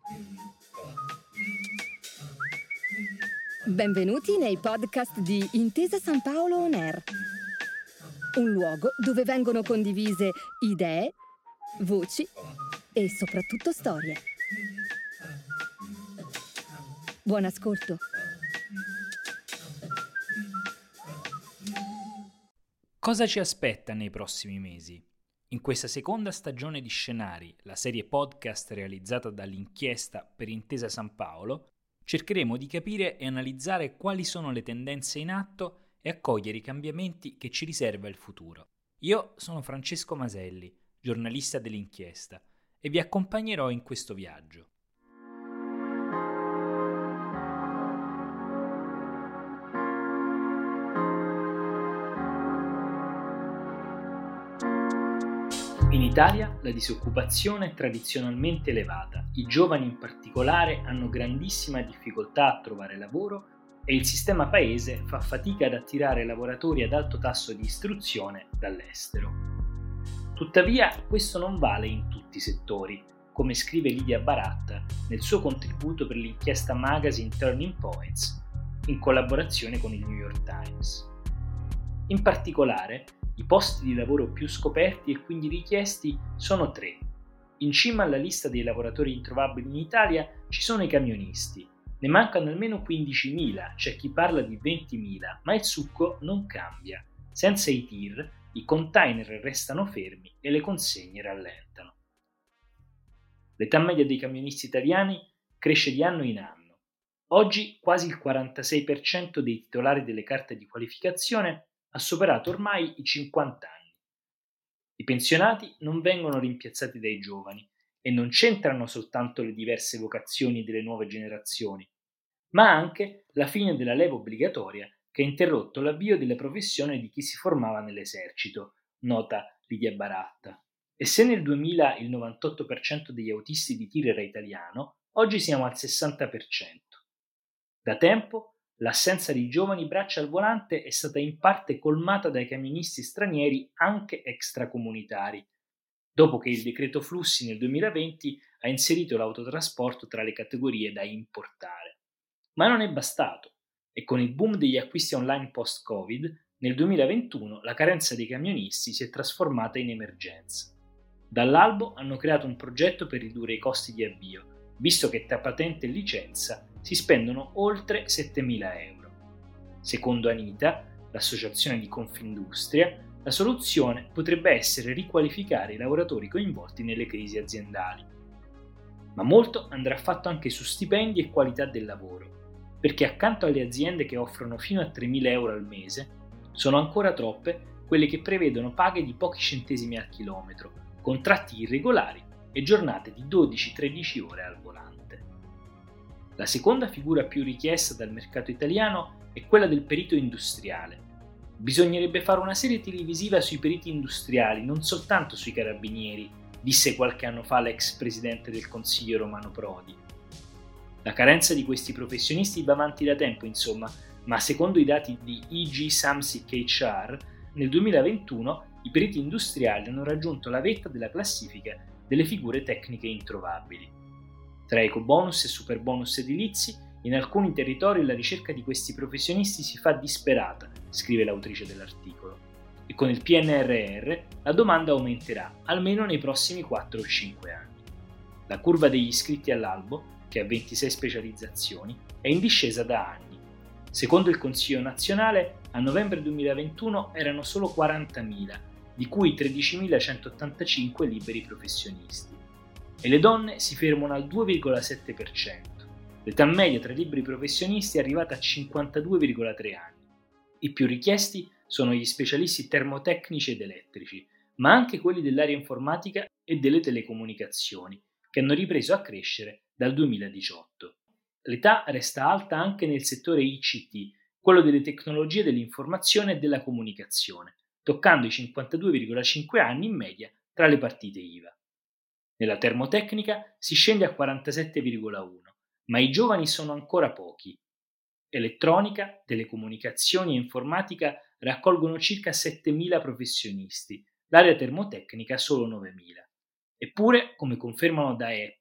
Benvenuti nei podcast di Intesa San Paolo On Air, un luogo dove vengono condivise idee, voci e soprattutto storie. Buon ascolto. Cosa ci aspetta nei prossimi mesi? In questa seconda stagione di Scenari, la serie podcast realizzata dall'Inchiesta per Intesa San Paolo, cercheremo di capire e analizzare quali sono le tendenze in atto e accogliere i cambiamenti che ci riserva il futuro. Io sono Francesco Maselli, giornalista dell'Inchiesta, e vi accompagnerò in questo viaggio. In Italia la disoccupazione è tradizionalmente elevata, i giovani in particolare hanno grandissima difficoltà a trovare lavoro e il sistema paese fa fatica ad attirare lavoratori ad alto tasso di istruzione dall'estero. Tuttavia questo non vale in tutti i settori, come scrive Lidia Baratta nel suo contributo per l'inchiesta magazine Turning Points, in collaborazione con il New York Times. In particolare, i posti di lavoro più scoperti e quindi richiesti sono 3. In cima alla lista dei lavoratori introvabili in Italia ci sono i camionisti. Ne mancano almeno 15.000, c'è chi parla di 20.000, ma il succo non cambia. Senza i tir, i container restano fermi e le consegne rallentano. L'età media dei camionisti italiani cresce di anno in anno. Oggi quasi il 46% dei titolari delle carte di qualificazione ha superato ormai i 50 anni. I pensionati non vengono rimpiazzati dai giovani e non c'entrano soltanto le diverse vocazioni delle nuove generazioni, ma anche la fine della leva obbligatoria che ha interrotto l'avvio della professione di chi si formava nell'esercito, nota Lidia Baratta. E se nel 2000 il 98% degli autisti di tir era italiano, oggi siamo al 60%. Da tempo l'assenza di giovani braccia al volante è stata in parte colmata dai camionisti stranieri anche extracomunitari, dopo che il decreto flussi nel 2020 ha inserito l'autotrasporto tra le categorie da importare. Ma non è bastato, e con il boom degli acquisti online post-Covid, nel 2021 la carenza dei camionisti si è trasformata in emergenza. Dall'albo hanno creato un progetto per ridurre i costi di avvio, visto che tra patente e licenza si spendono oltre 7.000 euro. Secondo Anita, l'associazione di Confindustria, la soluzione potrebbe essere riqualificare i lavoratori coinvolti nelle crisi aziendali. Ma molto andrà fatto anche su stipendi e qualità del lavoro, perché accanto alle aziende che offrono fino a 3.000 euro al mese, sono ancora troppe quelle che prevedono paghe di pochi centesimi al chilometro, contratti irregolari e giornate di 12-13 ore al volante. La seconda figura più richiesta dal mercato italiano è quella del perito industriale. Bisognerebbe fare una serie televisiva sui periti industriali, non soltanto sui carabinieri, disse qualche anno fa l'ex presidente del Consiglio Romano Prodi. La carenza di questi professionisti va avanti da tempo, insomma, ma secondo i dati di IG Samsic HR, nel 2021 i periti industriali hanno raggiunto la vetta della classifica delle figure tecniche introvabili. Tra ecobonus e superbonus edilizi, in alcuni territori la ricerca di questi professionisti si fa disperata, scrive l'autrice dell'articolo, e con il PNRR la domanda aumenterà, almeno nei prossimi 4 o 5 anni. La curva degli iscritti all'albo, che ha 26 specializzazioni, è in discesa da anni. Secondo il Consiglio nazionale, a novembre 2021 erano solo 40.000, di cui 13.185 liberi professionisti. E le donne si fermano al 2,7%. L'età media tra i liberi professionisti è arrivata a 52,3 anni. I più richiesti sono gli specialisti termotecnici ed elettrici, ma anche quelli dell'area informatica e delle telecomunicazioni, che hanno ripreso a crescere dal 2018. L'età resta alta anche nel settore ICT, quello delle tecnologie dell'informazione e della comunicazione, toccando i 52,5 anni in media tra le partite IVA. Nella termotecnica si scende a 47,1, ma i giovani sono ancora pochi. Elettronica, telecomunicazioni e informatica raccolgono circa 7.000 professionisti, l'area termotecnica solo 9.000. Eppure, come confermano da EPPI,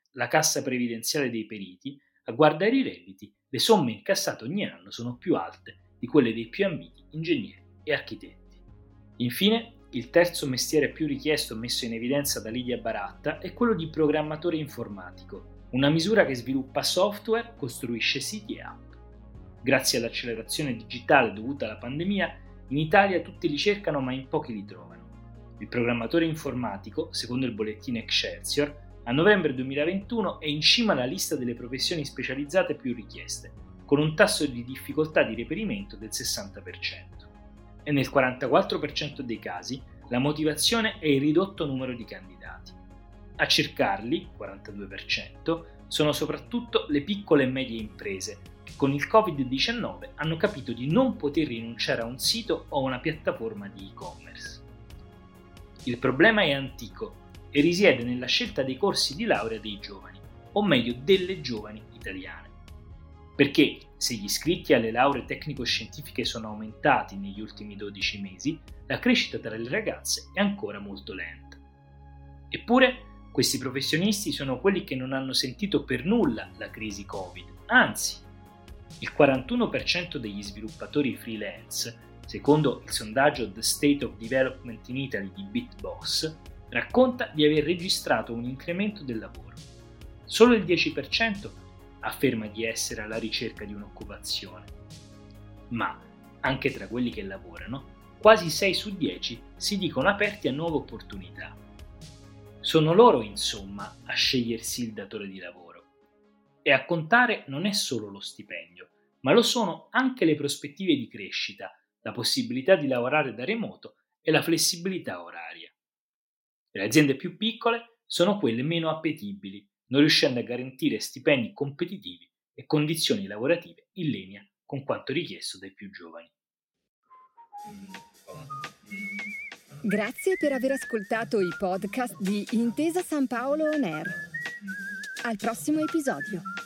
la cassa previdenziale dei periti, a guardare i redditi, le somme incassate ogni anno sono più alte di quelle dei più ambiti ingegneri e architetti. Infine, il terzo mestiere più richiesto messo in evidenza da Lidia Baratta è quello di programmatore informatico, una misura che sviluppa software, costruisce siti e app. Grazie all'accelerazione digitale dovuta alla pandemia, in Italia tutti li cercano ma in pochi li trovano. Il programmatore informatico, secondo il bollettino Excelsior, a novembre 2021 è in cima alla lista delle professioni specializzate più richieste, con un tasso di difficoltà di reperimento del 60%. E nel 44% dei casi la motivazione è il ridotto numero di candidati. A cercarli, 42%, sono soprattutto le piccole e medie imprese che con il Covid-19 hanno capito di non poter rinunciare a un sito o a una piattaforma di e-commerce. Il problema è antico e risiede nella scelta dei corsi di laurea dei giovani, o meglio delle giovani italiane. Perché se gli iscritti alle lauree tecnico-scientifiche sono aumentati negli ultimi 12 mesi, la crescita tra le ragazze è ancora molto lenta. Eppure, questi professionisti sono quelli che non hanno sentito per nulla la crisi Covid, anzi, il 41% degli sviluppatori freelance, secondo il sondaggio The State of Development in Italy di BitBoss, racconta di aver registrato un incremento del lavoro. Solo il 10% afferma di essere alla ricerca di un'occupazione. Ma, anche tra quelli che lavorano, quasi 6 su 10 si dicono aperti a nuove opportunità. Sono loro, insomma, a scegliersi il datore di lavoro. E a contare non è solo lo stipendio, ma lo sono anche le prospettive di crescita, la possibilità di lavorare da remoto e la flessibilità oraria. Le aziende più piccole sono quelle meno appetibili, non riuscendo a garantire stipendi competitivi e condizioni lavorative in linea con quanto richiesto dai più giovani. Grazie per aver ascoltato i podcast di Intesa San Paolo On Air. Al prossimo episodio.